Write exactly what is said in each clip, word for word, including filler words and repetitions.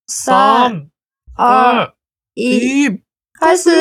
三、 二、一， 一， 开始。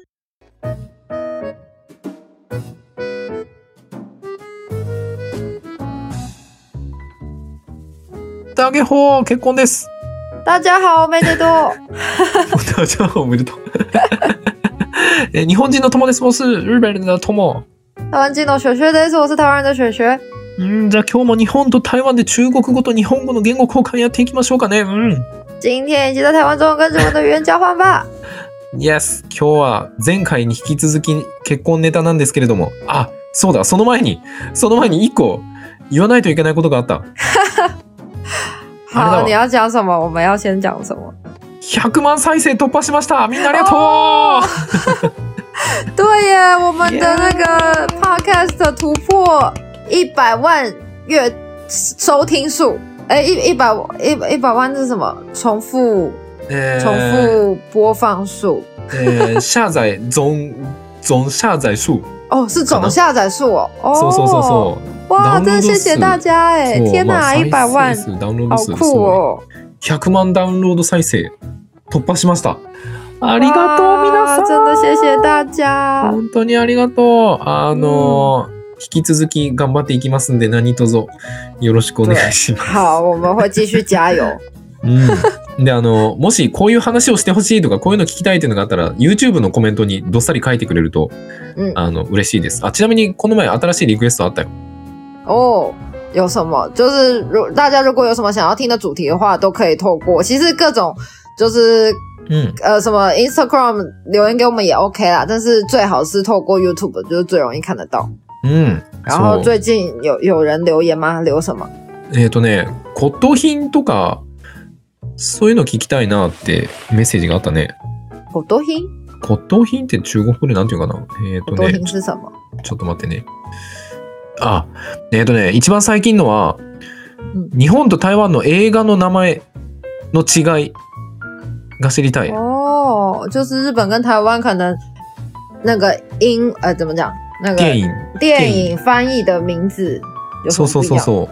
大家好、結婚です。 大家好，おめでとう。 大家好、おめでとう。え日本人の友です。我是日本人的友。 台湾人の雪雪です。我是台湾人的雪雪。 うん、じゃあ今日も日本と台湾で中国語と日本語の言語交換やっていきましょうかね。うん。 今天一起在台湾中跟日文的语言交換吧。 Yes、今日は前回に引き続き結婚ネタなんですけれども、あ、そうだ、その前に、その前に一個言わないといけないことがあった。 好，你要讲什么？我们要先讲什么？ ひゃくまん再生突破しました。みんなありがとう。 对耶，我们的那个 podcast 突破一百万月收听数。哎，一一百一一百万是什么？重复、 えー、 重复播放数。 えー、下載总总下載数。 哦，是总下载数哦。哦， そうそうそうそう。 哇，真的谢谢大家哎！天哪，一百万，好酷哦！ ひゃくまんダウンロード再生突破しました。ありがとう皆さん。 真的谢谢大家。 本当にありがとう。あの、うん、引き続き頑張っていきますんで何卒よろしくお願いします。 好，我们会继续加油。 うん。で、あの、もしこういう話をしてほしいとかこういうの聞きたいっていうのがあったら YouTube のコメントにどっさり書いてくれると、うん、あの嬉しいです。あ、ちなみにこの前新しいリクエストあったよ。 哦，有什么？就是如大家如果有什么想要听的主题的话，都可以透过其实各种就是嗯呃什么 Instagram 留言给我们也 OK 啦，但是最好是透过 YouTube 就是最容易看得到。 嗯， 然后最近有有人留言吗？留什么？ えっとね、骨董品とかそういうの聞きたいなってメッセージがあったね。 骨董品？ 骨董品って中国語でなんていうかな。えっとね、 骨董品是什么？ ちょっと待ってね。あ、えっとね、一番最近のは、うん、日本と台湾の映画の名前の違いが知りたい。 哦，就是日本跟台湾可能那个音呃怎么讲？那个電影電影翻译的名字有什么不一样？ そうそうそうそう。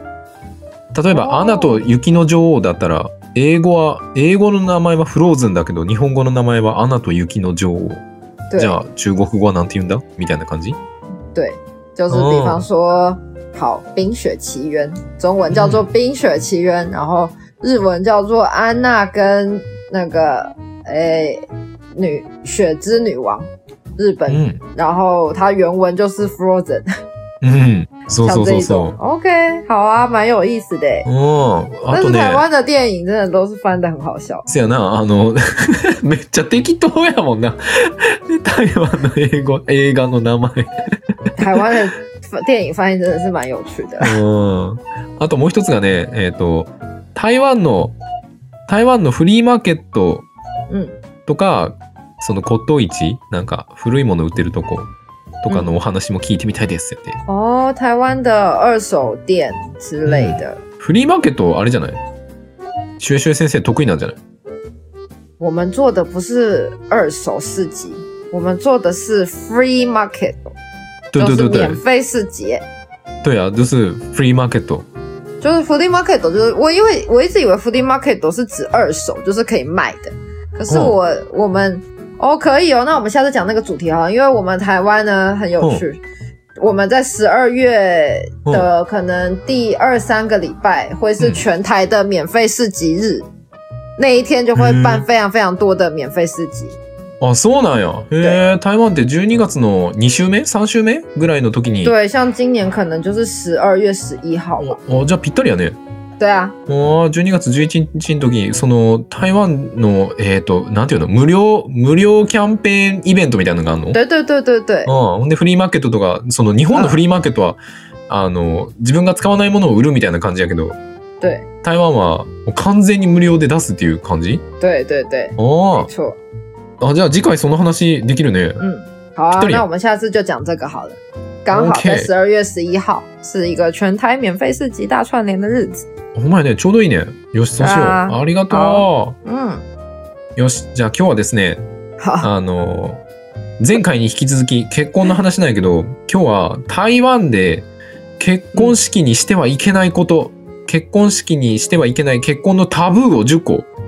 例えば、アナと雪の女王だったら、英語は英語の名前はフローズンだけど、日本語の名前はアナと雪の女王。じゃあ中国語はなんて言うんだみたいな感じ？ 对。就是比方说、哦、好冰雪奇缘中文叫做冰雪奇缘、嗯、然后日文叫做安娜跟那个诶女雪之女王日本、嗯、然后它原文就是 Frozen 嗯そうそうそうそう OK 好啊蛮有意思的哦但是台湾的电影真的都是翻得很好笑せやなあのめっちゃ適当やもんな台湾の英語映画の名前台湾的電影翻译真的是蛮有趣的。 うん。あともう一つがね、えっと台湾の台湾のフリーマーケットとか、うん、その骨董市なんか古いもの売ってるとことかのお話も聞いてみたいですって。 哦、嗯，台湾的二手店之類的、うん。 フリーマーケットあれじゃない？シュエシュエ先生得意なんじゃない？ 我们做的不是二手市集，我们做的是 free market。 对对对对， 免费市集。 对啊，就是 free market。 就是 free market， 就是我因为我一直以为 free market 是指二手，就是可以卖的。可是我、哦、我们哦可以哦，那我们下次讲那个主题好了，因为我们台湾呢很有趣，哦、我们在十二月的可能第二三个礼拜会是全台的免费市集日，嗯、那一天就会办非常非常多的免费市集。 あ、そうなんや。へえ、台湾ってじゅうにがつのに週目 ?さん 週目ぐらいの時に。 对、像今年可能就是十二月十一号吧。 お、じゃあぴったりやね。 对啊。 お、じゅうにがつじゅういちにちの時、その台湾のえっとなんていうの無料無料キャンペーンイベントみたいなのがあるの？ 对对对对对。 うん。ほんでフリーマーケットとかその日本のフリーマーケットはあの自分が使わないものを売るみたいな感じやけど。 对。 台湾はもう完全に無料で出すっていう感じ？ 对对对。 ああ。 没错。 あ、じゃあ次回その話できるね。 嗯，好啊，那我们下次就讲这个好了。刚好在十二月十一号是一个全台免费市集大串联的日子。 お前ね、ちょうどいいね。よし、そうしよう。ありがとう。うん。 よし、じゃあ今日はですね、あの前回に引き続き結婚の話なんやけど、今日は台湾で結婚式にしてはいけないこと、うん、結婚式にしてはいけない結婚のタブーをじゅっこ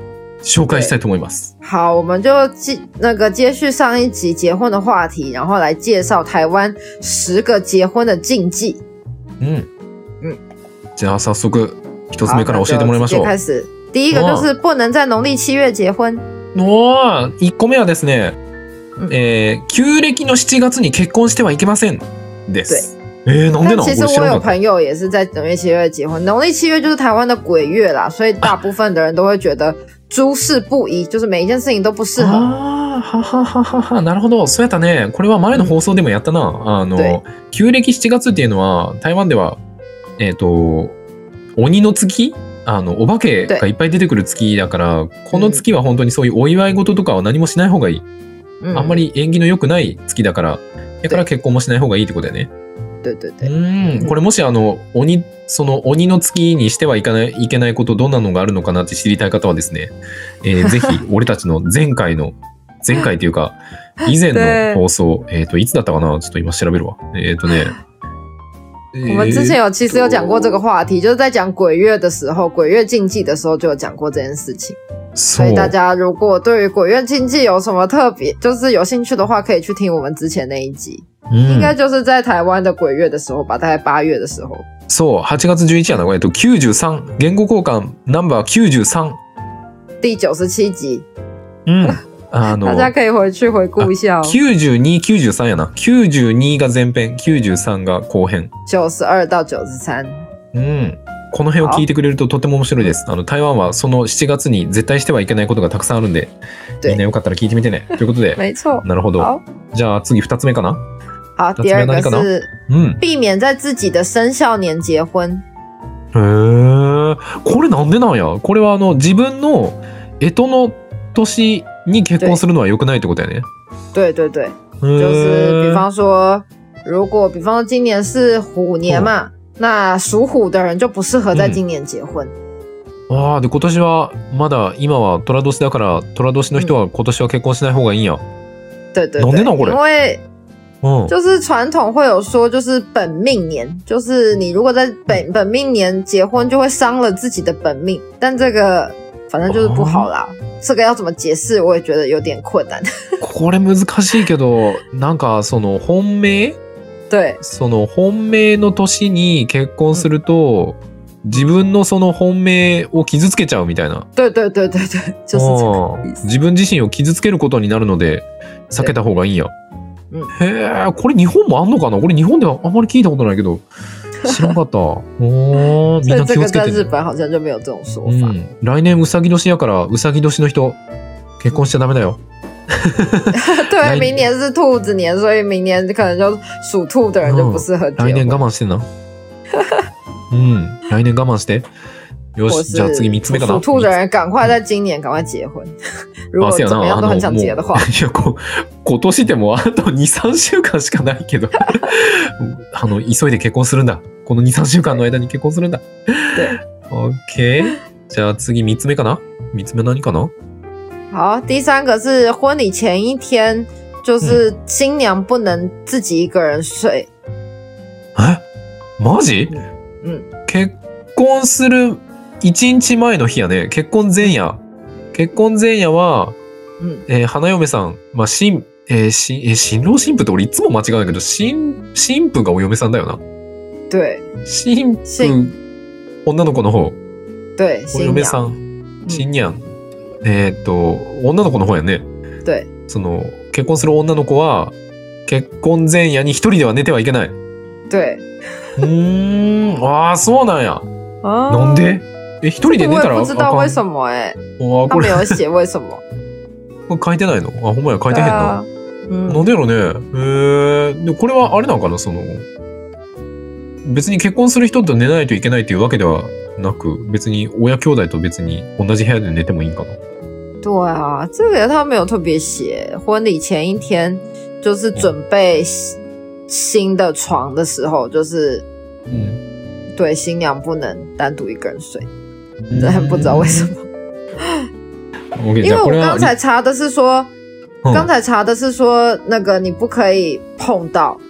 紹介したいと思います。 好，我们就继那个接续上一集结婚的话题，然后来介绍台湾十个结婚的禁忌。 嗯嗯， じゃあ早速一つ目から教えてもらいましょう。 開始。第一个就是不能在農曆七月結婚。 おー、一個目はですね、うん、えー、旧暦のしちがつに結婚してはいけませんです。えー、なんでなん？ 其实我有朋友也是在农历七月结婚，农历七月就是台湾的鬼月啦，所以大部分的人都会觉得诸事不宜，就是每一件事情都不適合。 ああ、ははははは、なるほど。そうやったね。これは前の放送でもやったな。うん、あの、旧暦しちがつっていうのは、台湾では、えっと、鬼の月？あの、お化けがいっぱい出てくる月だから、この月は本当にそういうお祝い事とかは何もしない方がいい。うん、あんまり縁起の良くない月だから、だから結婚もしない方がいいってことだよね。 对对对。 うん、これもしあの鬼その鬼の月にしてはいけないいけないことどんなのがあるのかなって知りたい方はですね、えー、ぜひ俺たちの前回の前回というか以前の放送えっ、ー、といつだったかなちょっと今調べるわえっ、ー、とね。 我们之前有其实有讲过这个话题，就是在讲鬼月的时候，鬼月禁忌的时候就有讲过这件事情。所以大家如果对于鬼月禁忌有什么特別，就是有興趣的話，可以去聽我們之前那一集。嗯、應該就是在台灣的鬼月的時候吧，大概八月的時候。 そう、はちがつじゅういちやな、これ。きゅうじゅうさん、言語交換ナンバーきゅうじゅうさん。 第九十七集。 うん。あの、 大家可以回去回顧一下哦。 きゅうじゅうに、きゅうじゅうさんやな。きゅうじゅうにが前編、きゅうじゅうさんが後編。 きゅうじゅうに到きゅうじゅうさん。 うん。この辺を聞いてくれるととても面白いです。あの台湾はそのしちがつに絶対してはいけないことがたくさんあるんで、みんなよかったら聞いてみてね。ということで、 没错。 なるほど。じゃあ次二つ目かな。 好，第二个是避免在自己的生肖年結婚。 へー、これなんでなんや。これはあの自分の干支の年に結婚するのは良くないってことやね。 对对对，就是比方说，如果比方说今年是虎年嘛。那属虎的人就不适合在今年結婚。 うん、ああ、で今年はまだ今は寅年だから寅年の人は今年は結婚しない方がいいんや。 对对对。 なんでなんこれ？ 因为就是传统会有说，就是本命年，就是你如果在本本命年结婚，就会伤了自己的本命。但这个反正就是不好啦。这个要怎么解释，我也觉得有点困難。 これ難しいけど、なんかその本命。 对、 その本命の年に結婚すると、うん、自分のその本命を傷つけちゃうみたいな。 对对对对对、就是这个意思。 自分自身を傷つけることになるので避けた方がいいんや。うん、へえ、これ日本もあんのかな。これ日本ではあんまり聞いたことないけど知らなかった。おみんな気をつけて、ね。 所以这个在日本好像就没有这种说法。 うん、来年うさぎ年やからうさぎ年の人結婚しちゃダメだよ。 对，明年是兔子年，所以明年可能就属兔的人就不适合结婚。 来年我慢してな。うん、来年我慢して。よし、じゃあ次三つ目かな。 属兔的人赶快在今年赶快结婚。如果怎么样都很想结的话。 いや、こ今年でもあとに、さんしゅうかんしかないけど、あの急いで結婚するんだ。このに、さんしゅうかんの間に結婚するんだ。オッケー。じゃあ次三つ目かな。三つ目何かな。 好，第三个是婚礼前一天，就是新娘不能自己一个人睡。 え、マジ？うん。結婚する一日前の日やね。結婚前夜。結婚前夜は、うん、えー、花嫁さん、まあ、新、えー、新、えー、新郎新婦って俺いつも間違うんだけど、新、新婦がお嫁さんだよな。 对。 新婦、女の子の方。 对。 お嫁さん、新娘。えっと、女の子の方やね。 对。 その、結婚する女の子は、結婚前夜に一人では寝てはいけない。 对。 うーん、ああ、そうなんや。なんで？え、一人で寝たら？ 我也不知道为什么哎、欸。他没有写为什么。 これ書いてないの？あ、ほんまや書いてへんな。うん、なんでやろね。えー、でこれはあれなのかな、その別に結婚する人と寝ないといけないというわけではなく、別に親兄弟と別に同じ部屋で寝てもいいんかな。 对啊，这个他没有特别写。婚礼前一天就是准备新的床的时候，就是，嗯，对，新娘不能单独一个人睡，真的不知道为什么。因为我刚才查的是说，刚才查的是说，那个你不可以碰到，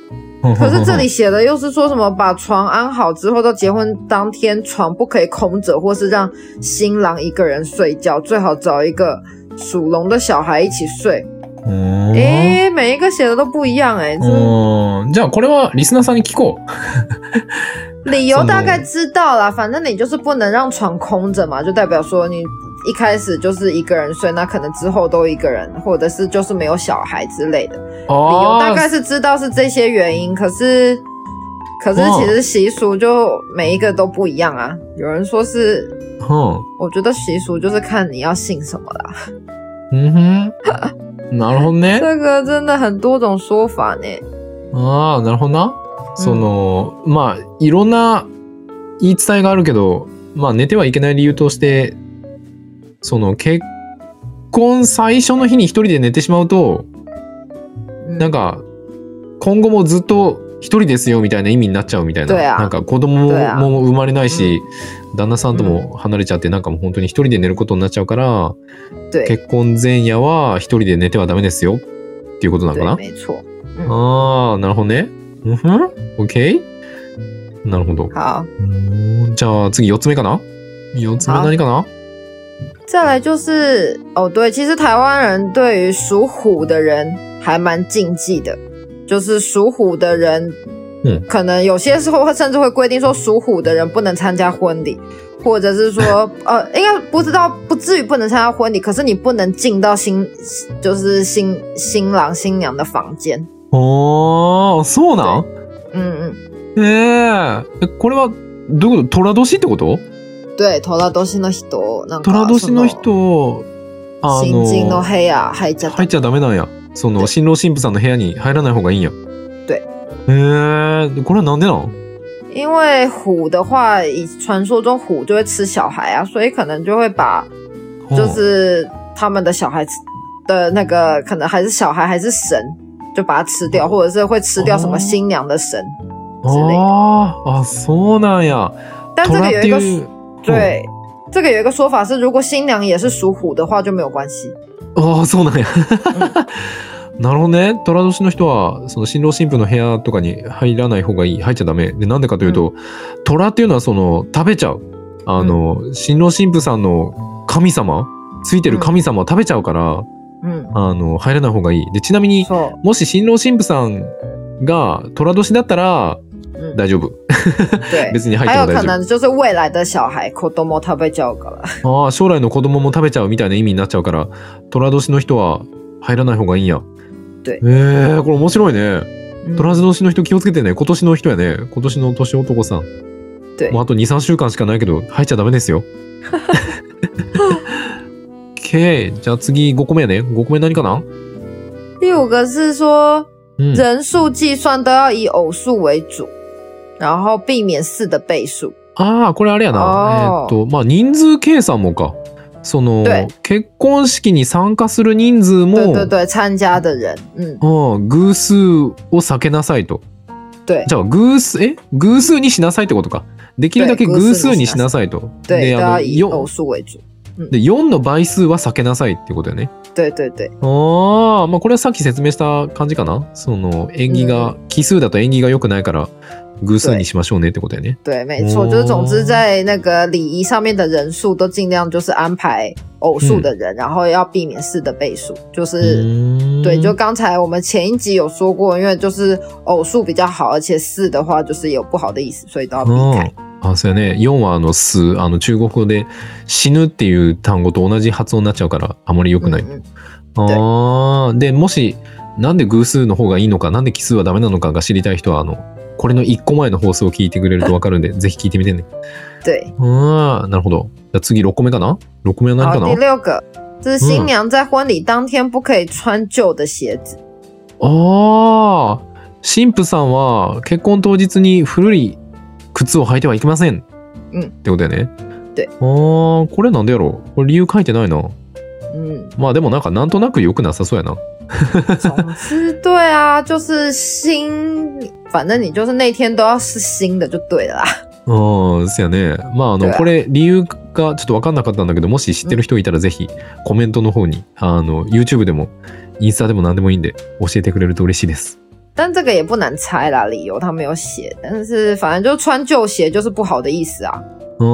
可是这里写的又是说什么把床安好之后，到结婚当天床不可以空着，或是让新郎一个人睡觉，最好找一个属龙的小孩一起睡。 嗯诶、每一个写的都不一样诶、真的うんじゃあこれはリスナーさんに聞こう。 理由大概知道啦，反正你就是不能让床空着嘛，就代表说你一开始就是一个人睡，那可能之后都一个人，或者是就是没有小孩之类的。理由大概是知道是这些原因，可是可是其实习俗就每一个都不一样啊。有人说是， 嗯， 我觉得习俗就是看你要信什么啦。 嗯哼。なるほどね。 这个真的很多种说法呢。 ああ、なるほどな。その、うん、まあいろんな言い伝えがあるけど、まあ寝てはいけない理由として、その結婚最初の日に一人で寝てしまうと、うん、なんか今後もずっと一人ですよみたいな意味になっちゃうみたいな。なんか子供も生まれないし、うん、旦那さんとも離れちゃって、なんかもう本当に一人で寝ることになっちゃうから、結婚前夜は一人で寝てはダメですよっていうことなのかな。 没错。 うん、ああ、なるほどね。うんふん。OK。なるほど。 好。 じゃあ次四つ目かな。四つ目何かな。 再来就是哦，对，其实台湾人对于属虎的人还蛮禁忌的，就是属虎的人，嗯，可能有些时候甚至会规定说属虎的人不能参加婚礼。或者是说，呃，应该不知道，不至于不能参加婚礼，可是你不能进到新，就是新新郎新娘的房间。 哦，そうなん？ 嗯嗯。ええ、これはどういうこと？寅年ってこと？ 对、寅年の人、なんか寅年の人、 あの新人の部屋入っちゃ入っちゃダメなんや。その新郎新婦さんの部屋に入らない方がいいんや。 对。 ええ、これはなんでなん？ 因为虎的话，以传说中虎就会吃小孩啊，所以可能就会把，就是他们的小孩的那个，可能还是小孩还是神，就把它吃掉，或者是会吃掉什么新娘的神之类的。 啊啊，そうなんや。 但这个有一个对，这个有一个说法是，如果新娘也是属虎的话，就没有关系。 ああ、そうなんや。なるほどね。寅年の人はその新郎新婦の部屋とかに入らない方がいい、入っちゃダメで、なんでかというと、うん、寅っていうのはその食べちゃう、あの、うん、新郎新婦さんの神様、ついてる神様を食べちゃうから、うん、あの入らない方がいい。で、ちなみにもし新郎新婦さんが寅年だったら大丈夫。別に入っても大丈夫。 还有可能就是未来的小孩、子供食べちゃうから。 ああ、将来の子供も食べちゃうみたいな意味になっちゃうから、寅年の人は入らない方がいいんや。 对。 えー、これ面白いね。寅年の人気をつけてね。今年の人やね。今年の年男さん。もうあとに、さんしゅうかんしかないけど入っちゃダメですよ。OK。じゃあ次ごこめやね。ごこめ何かな？ 第五个是说、嗯、人数计算都要以偶数为主，然后避免四的倍数。 ああ、これあれやな。えっと、まあ人数計算もか。その結婚式に参加する人数も、 对对对、参加的人、 うん、偶数を避けなさいと。 对。 じゃあ偶数え偶数にしなさいってことか。できるだけ偶数にしなさいと。 で、あの以偶数为主。 でよんの倍数は避けなさいってことよね。 对对对。 ああ、まあこれはさっき説明した感じかな。その縁起が、奇数だと縁起が良くないから。偶数にしましょうねってことやね。 对，没错，就是总之在那个礼仪上面的人数都尽量就是安排偶数的人，嗯、然后要避免四的倍数，就是、嗯、对，就刚才我们前一集有说过，因为就是偶数比较好，而且四的话就是有不好的意思，所以都要避开。 あ、そうやね。よんはあの死、あの中国語で死ぬっていう単語と同じ発音になっちゃうからあまり良くない。うんうん、ああ、でもしなんで偶数の方がいいのか、なんで奇数はダメなのかが知りたい人はあの。これのいっこまえの放送を聞いてくれると分かるんで、ぜひ聞いてみてね。 对。 ああ、なるほど。じゃあ次ろっこめかな？ ろっこめは何かな？ 第六个，就是新娘在婚礼当天不可以穿旧的鞋子。 うん、ああ、新婦さんは結婚当日に古い靴を履いてはいけません。うん。ってことだよね。 对。 ああ、これなんでやろう？これ理由書いてないな。うん。まあでもなんかなんとなく良くなさそうやな。 总之，对啊，就是新，反正你就是那天都要是新的就对了啦。 うん、そうやね。まああの、これ理由がちょっと分かんなかったんだけど、もし知ってる人いたらぜひコメントの方に、あの YouTube でもインスタでも何でもいいんで教えてくれると嬉しいです。 但这个也不难猜啦，理由他没有写，但是反正就穿旧鞋就是不好的意思啊。 うん。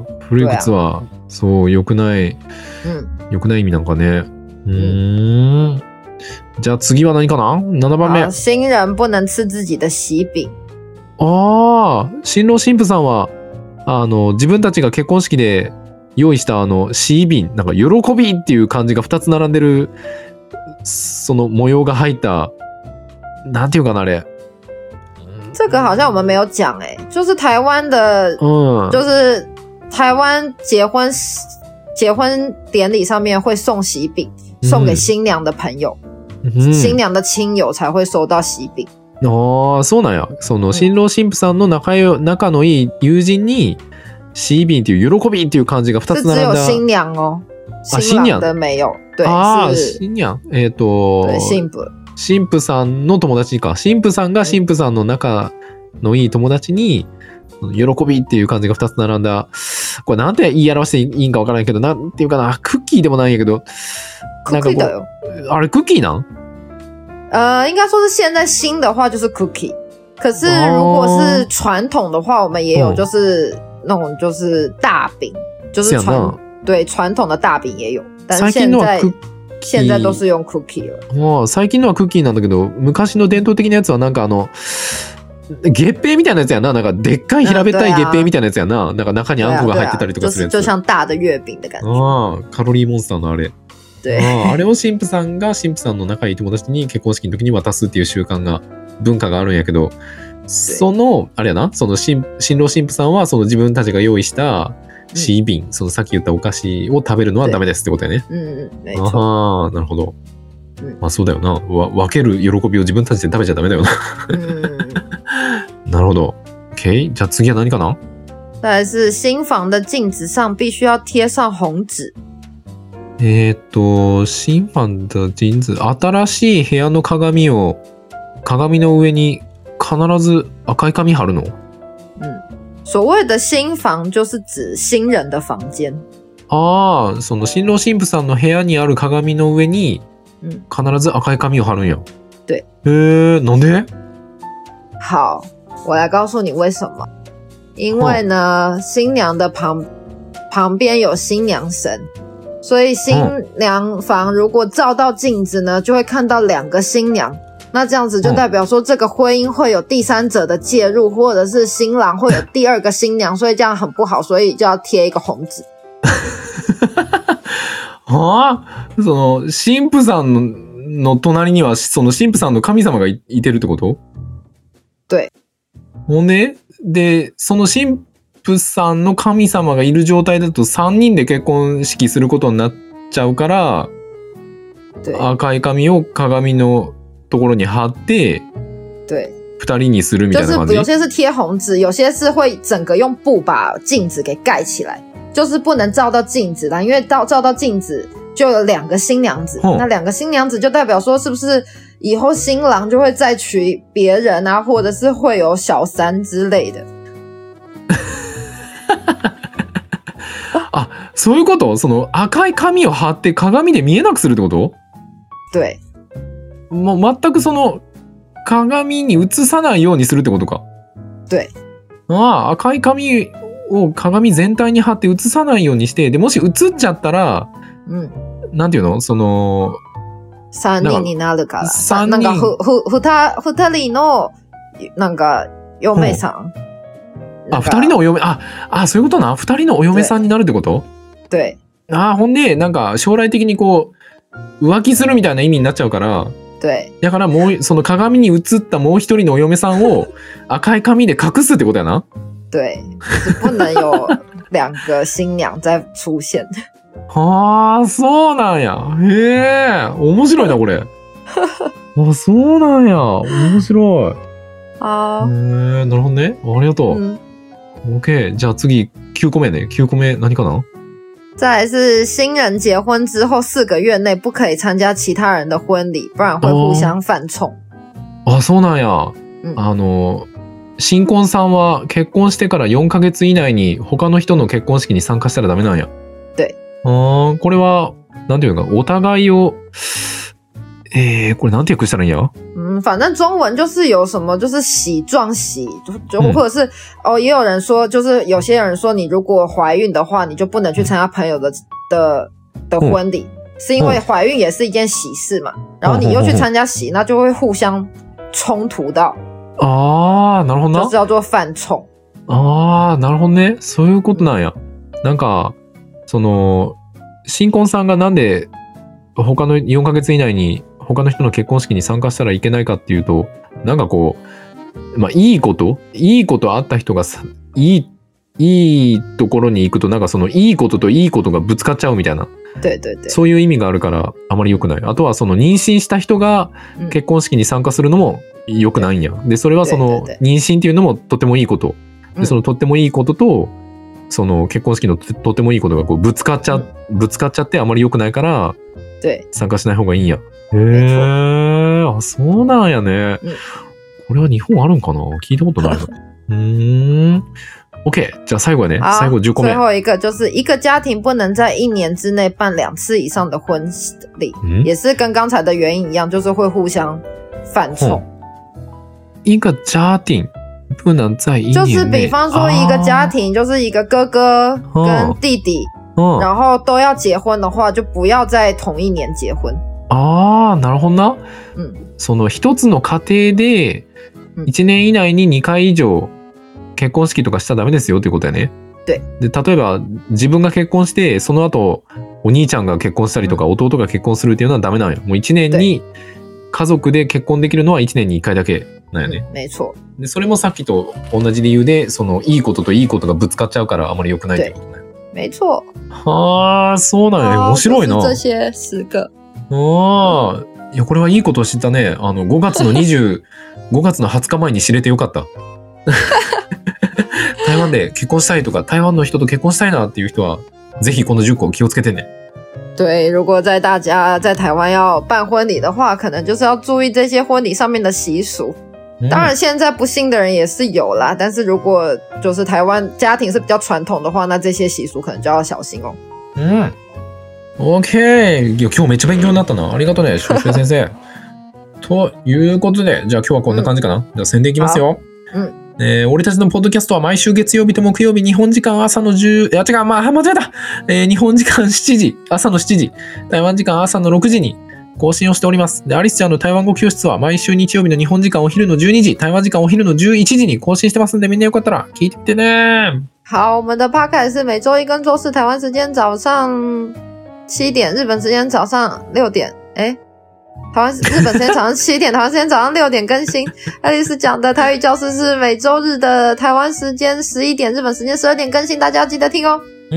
古い靴は、そう、良くない、良くない意味なんかね。うーん。じゃあ次は何かな ?なな 番目。 新人不能吃自己的喜饼。 ああ、新郎新婦さんは、あの、自分たちが結婚式で用意したあの、喜餅、なんか、喜びっていう漢字がふたつ並んでる、その模様が入った、なんていうかな、あれ。 这个好像我们没有讲诶、欸，就是台湾的，嗯，就是台湾结婚结婚典礼上面会送喜饼，送给新娘的朋友，嗯、新娘的亲友才会收到喜饼。 ああ、そうなんや。その新郎新婦さんの仲よ仲のいい友人に喜餅っていう喜びっていう漢字がふたつ並んだ。 是只有新娘哦，新郎的没有。对， ああ、新娘。えっ、ー、と、 对，新婦。 新婦さんの友達か。新婦さんが新婦さんの仲のいい友達に喜びっていう漢字がふたつ並んだ。これなんて言い表していいんかわからないけど、なんていうかな、クッキーでもないんやけど。 クッキーだよ。 あれクッキーなん？ 呃，应该说是现在新的话就是 cookie， 可是如果是传统的话，我们也有就是那种就是大饼，就是传对传统的大饼也有，但是现在现在都是用 cookie 了。 ああ、最近のはクッキーなんだけど、昔の伝統的なやつはなんかあの月餅みたいなやつやな、なんかでっかい平べったい月餅みたいなやつやな、なんか中にあんこが入ってたりとかするやつ。 就像大的月饼的感觉。 ああ、カロリーモンスターのあれ。あ, あれを新婦さんが新婦さんの仲いい友達に結婚式の時に渡すっていう習慣が文化があるんやけど、そのあれやな、その 新, 新郎新婦さんはその自分たちが用意した喜餅、うん、そのさっき言ったお菓子を食べるのはダメですってことやね。 うん、 ああ、なるほど。うん、まあそうだよな。わ分ける喜びを自分たちで食べちゃダメだよな。うん、なるほど。OK、じゃあ次は何かな？ 再来是新房的镜子上必须要贴上红纸。 えっと、新房的鏡子、新しい部屋の鏡を、鏡の上に必ず赤い紙貼るの？ 嗯，所谓的新房就是指新人的房間。 ああ、その新郎新婦さんの部屋にある鏡の上に、必ず赤い紙を貼るんや。 对。 へえ、なんで？ 好，我来告诉你为什么。因为呢，新娘的旁旁边有新娘神。所以新娘房如果照到镜子呢，就会看到两个新娘，那这样子就代表说这个婚姻会有第三者的介入，或者是新郎会有第二个新娘，所以这样很不好，所以就要贴一个红纸。 ああ、その新婦さんの隣にはその新婦さんの神様が い, いてるってこと？ 对。 ほんで、でその新プさんの神様がいる状態だとさんにんで結婚式することになっちゃうから、赤い紙を鏡のところに貼ってふたりにするみたいな感じ。 就是有些是贴红纸，有些是会整个用布把镜子给盖起来，就是不能照到镜子啦，因为照照到镜子就有两个新娘子，那两个新娘子就代表说是不是以后新郎就会再娶别人啊，或者是会有小三之类的。 あ、そういうこと？その赤い紙を貼って鏡で見えなくするってこと？ 对。 もう全くその鏡に映さないようにするってことか。 对。 ああ、赤い紙を鏡全体に貼って映さないようにして、でもし映っちゃったら、うん、なんていうの？その三人になるから。三人。なんかふふふた二人のなんか嫁さん。 あ、二人のお嫁、あ、あ、そういうことな。二人のお嫁さんになるってこと？ 对。 あ、ほんで、なんか将来的にこう、浮気するみたいな意味になっちゃうから、 对。 だからもう、その鏡に映ったもう一人のお嫁さんを赤い紙で隠すってことやな。 对。不能有两个新娘再出現。 はあ、そうなんや。へえ、面白いな、これ。あ、そうなんや。面白い。 あー。へえ、なるほどね。ありがとう。うんOK、じゃあ次きゅうこめね。きゅうこめ何かな？ 再来是新人结婚之后四个月内不可以参加其他人的婚礼，不然会互相犯冲。 あ、そうなんや。うん、あの新婚さんは結婚してからよんかげつ以内に他の人の結婚式に参加したらダメなんや。 对。 あ、これはなんていうかお互いをえー、これなんて訳したらいいんや？ 嗯，反正中文就是有什么就是喜壮喜，就就或者是、嗯、哦，也有人说，就是有些人说，你如果怀孕的话，你就不能去参加朋友的的的婚礼，嗯、是因为怀孕也是一件喜事嘛。嗯、然后你又去参加喜，那就会互相冲突到。 ああ、なるほどな。 就是叫做犯冲。 ああ、なるほどね。そういうことなんや。なんかその新婚さんがなんで他のよんかげつ以内に他の人の結婚式に参加したらいけないかっていうと、なんかこう、まあいいこと、いいことあった人がさ、いい、いいところに行くとなんかそのいいことといいことがぶつかっちゃうみたいな。 对对对。 そういう意味があるからあまり良くない。あとはその妊娠した人が結婚式に参加するのも良くないんや。で、それはその妊娠っていうのもとてもいいこと。で、そのとってもいいことと、その結婚式のとってもいいことがこうぶつかっちゃ、ぶつかっちゃってあまり良くないから、参加しない方がいいんや。へえ、あ、そうなんやね。うん、これは日本あるんかな？聞いたことないな。うーん。OK， じゃあ最後やね。最後じゅっこめ。 最後一個就是一個家庭不能在一年之內辦兩次以上的婚禮，嗯、也是跟剛才的原因一樣，就是會互相犯衝。 一個家庭不能在一年內， 就是比方說一個家庭，就是一個哥哥跟弟弟，哦、然後都要結婚的話，就不要在同一年結婚。 ああ、なるほどな。うん、その一つの家庭でいちねん以内ににかい以上結婚式とかしちゃダメですよっていうことやね。 で、 で例えば自分が結婚してその後お兄ちゃんが結婚したりとか、うん、弟が結婚するっていうのはダメなんや。もういちねんに家族で結婚できるのはいちねんにいっかいだけなんやね。 うん、没錯。 でそれもさっきと同じ理由で、そのいいことといいことがぶつかっちゃうからあまり良くないってことね。 没錯。 はあ、そうなんやね。面白いな。 这些十個。 ああ、いやこれはいいことを知ったね。あのごがつのにじゅうごがつのはつかまえに知れてよかった。台湾で結婚したいとか台湾の人と結婚したいなっていう人はぜひこのじゅっこ気をつけてね。 对，如果在大家在台湾要办婚礼的话，可能就是要注意这些婚礼上面的习俗。当然现在不信的人也是有啦，但是如果就是台湾家庭是比较传统的话，那这些習俗可能就要小心哦。 うん。OK。いや今日めっちゃ勉強になったな。ありがとうね、しゅうしゅう先生。ということで、じゃあ今日はこんな感じかな。うん、じゃあ宣伝いきますよ。うん。えー、俺たちのポッドキャストは毎週月曜日と木曜日、日本時間朝のじゅう、いや違う、まあ、間違えた、えー、日本時間しちじ、朝のしちじ、台湾時間朝のろくじに更新をしております。で、アリスちゃんの台湾語教室は毎週日曜日の日本時間お昼のじゅうにじ、台湾時間お昼のじゅういちじに更新してますんで、みんなよかったら聞いてみてね。 好，我们的 podcast 是每周一跟周四台湾时间早上七点，日本时间早上六点，诶台湾日本时间早上七点，台湾时间早上六点更新。爱丽丝讲的台语教室是每周日的台湾时间十一点，日本时间十二点更新，大家要記得聽哦。 うん。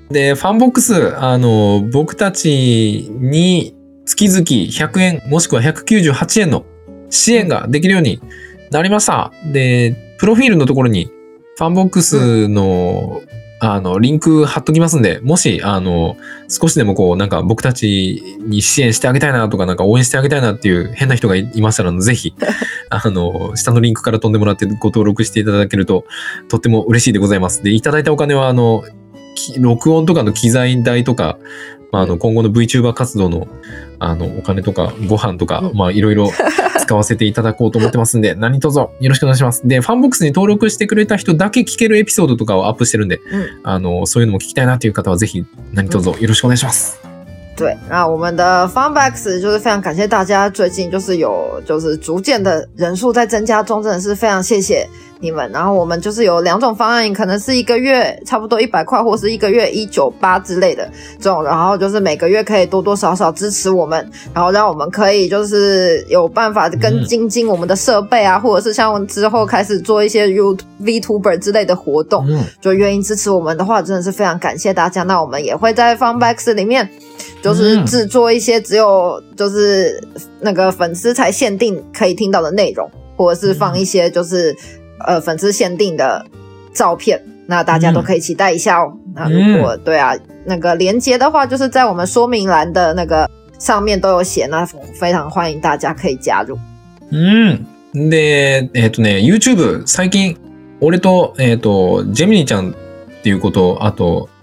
で、ファンボックス、あの、僕たちに月々ひゃくえんもしくはひゃくきゅうじゅうはちえんの支援ができるようになりました。で、プロフィールのところにファンボックスの、うんあの、リンク貼っときますんで、もし、あの、少しでもこう、なんか僕たちに支援してあげたいなとか、なんか応援してあげたいなっていう変な人がいましたら、ぜひ、あの、下のリンクから飛んでもらってご登録していただけると、とっても嬉しいでございます。で、いただいたお金は、あの、録音とかの機材代とか、まあ、あの、今後の VTuber 活動の、あの、お金とか、ご飯とか、まあ、いろいろ使わせていただこうと思ってますんで、何卒よろしくお願いします。で、ファンボックスに登録してくれた人だけ聞けるエピソードとかをアップしてるんで、うん、あの、そういうのも聞きたいなという方は、ぜひ、何卒よろしくお願いします。 对，那我们的 Funbox 就是非常感谢大家，最近就是有就是逐渐的人数在增加中，真的是非常谢谢你们。然后我们就是有两种方案，可能是一个月差不多一百块，或是一个月一百九十八之类的这种，然后就是每个月可以多多少少支持我们，然后让我们可以就是有办法跟精进我们的设备啊，或者是像之后开始做一些 VTuber 之类的活动，就愿意支持我们的话，真的是非常感谢大家。那我们也会在 Funbox 里面就是制作一些只有就是那个粉丝才限定可以听到的内容，或者是放一些就是呃粉丝限定的照片，那大家都可以期待一下哦。那如果对啊，那个连结的话就是在我们说明欄的那个上面都有写，那非常欢迎大家可以加入。 うん。で、えっとね、YouTube 最近俺とえっとジェミニちゃんっていうこと、あと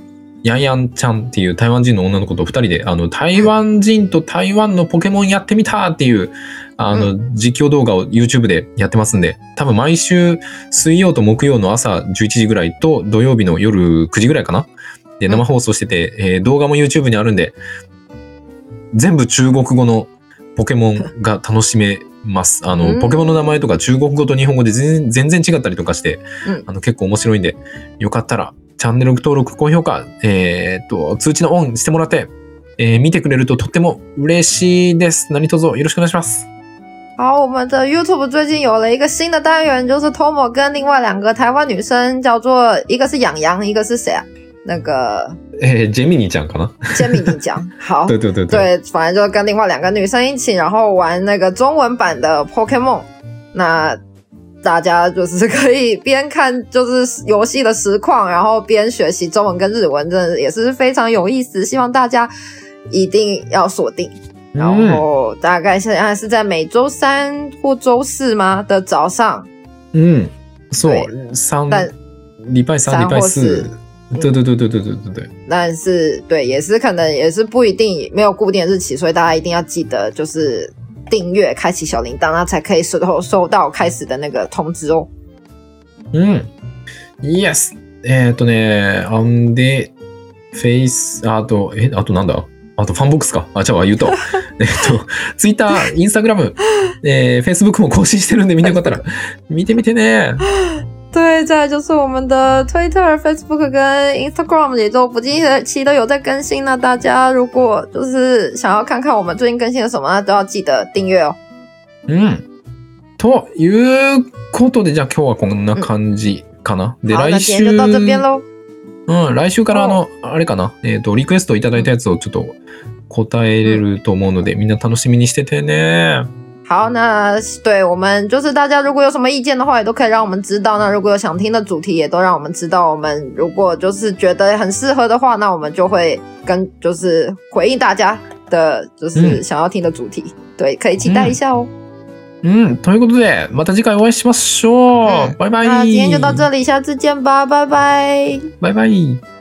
ヤンヤンちゃんっていう台湾人の女の子とふたりで、あの、台湾人と台湾のポケモンやってみたっていう、あの、うん、実況動画を YouTube でやってますんで、多分毎週水曜と木曜の朝じゅういちじぐらいと土曜日の夜くじぐらいかなで生放送してて、うん、えー、動画も YouTube にあるんで、全部中国語のポケモンが楽しめます。あの、うん、ポケモンの名前とか中国語と日本語で全然、全然違ったりとかして、うん、あの結構面白いんで、よかったらチャンネル登録、高評価、えー、っと、通知のオンしてもらって、えー、見てくれるととっても嬉しいです。何卒よろしくお願いします。 好，我们的 YouTube 最近有了一个新的单元，就是 Tomo 跟另外两个台湾女生，叫做一个是养羊，一个是谁啊？那个， 诶，杰米尼酱可能， 杰米尼酱，好， 对对对对，反正就跟另外两个女生一起，然后玩那个中文版的 Pokemon， 那大家就是可以边看就是游戏的实况，然后边学习中文跟日文，真的也是非常有意思，希望大家一定要锁定。然后大概现在是在每周三或周四吗的早上。 嗯，そう三礼拜三礼拜四。对对对对对对对对。 但是对，也是可能也是不一定没有固定的日期，所以大家一定要记得就是订阅，开启小铃铛，那才可以收收到开始的那个通知哦。 嗯 ，Yes。えっとね、あんで、Face、あと、え、あとなんだあとファンボックスか。あ、じゃあ言うと。えっと、ツイッター、インスタグラム、えー、Facebook も更新してるんで、みんなよかったら見てみてね。 对，再来就是我们的 Twitter、Facebook 跟 Instagram 也都不定期都有在更新。那大家如果就是想要看看我们最近更新了什么，那都要记得订阅哦。 うん。ということで、じゃあ今日はこんな感じかな。 で、 来週。就到这边咯。 うん、来週からあの、あれかな、えっと、リクエストいただいたやつをちょっと答えれると思うので、みんな楽しみにしててね。 好，那对我们就是大家如果有什么意见的话，也都可以让我们知道。那如果有想听的主题，也都让我们知道。我们如果就是觉得很适合的话，那我们就会跟就是回应大家的，就是想要听的主题。嗯、对，可以期待一下哦。 嗯，ということで、また次回お会いしましょう。バイバイ。 那今天就到这里，下次见吧，拜拜。 拜拜。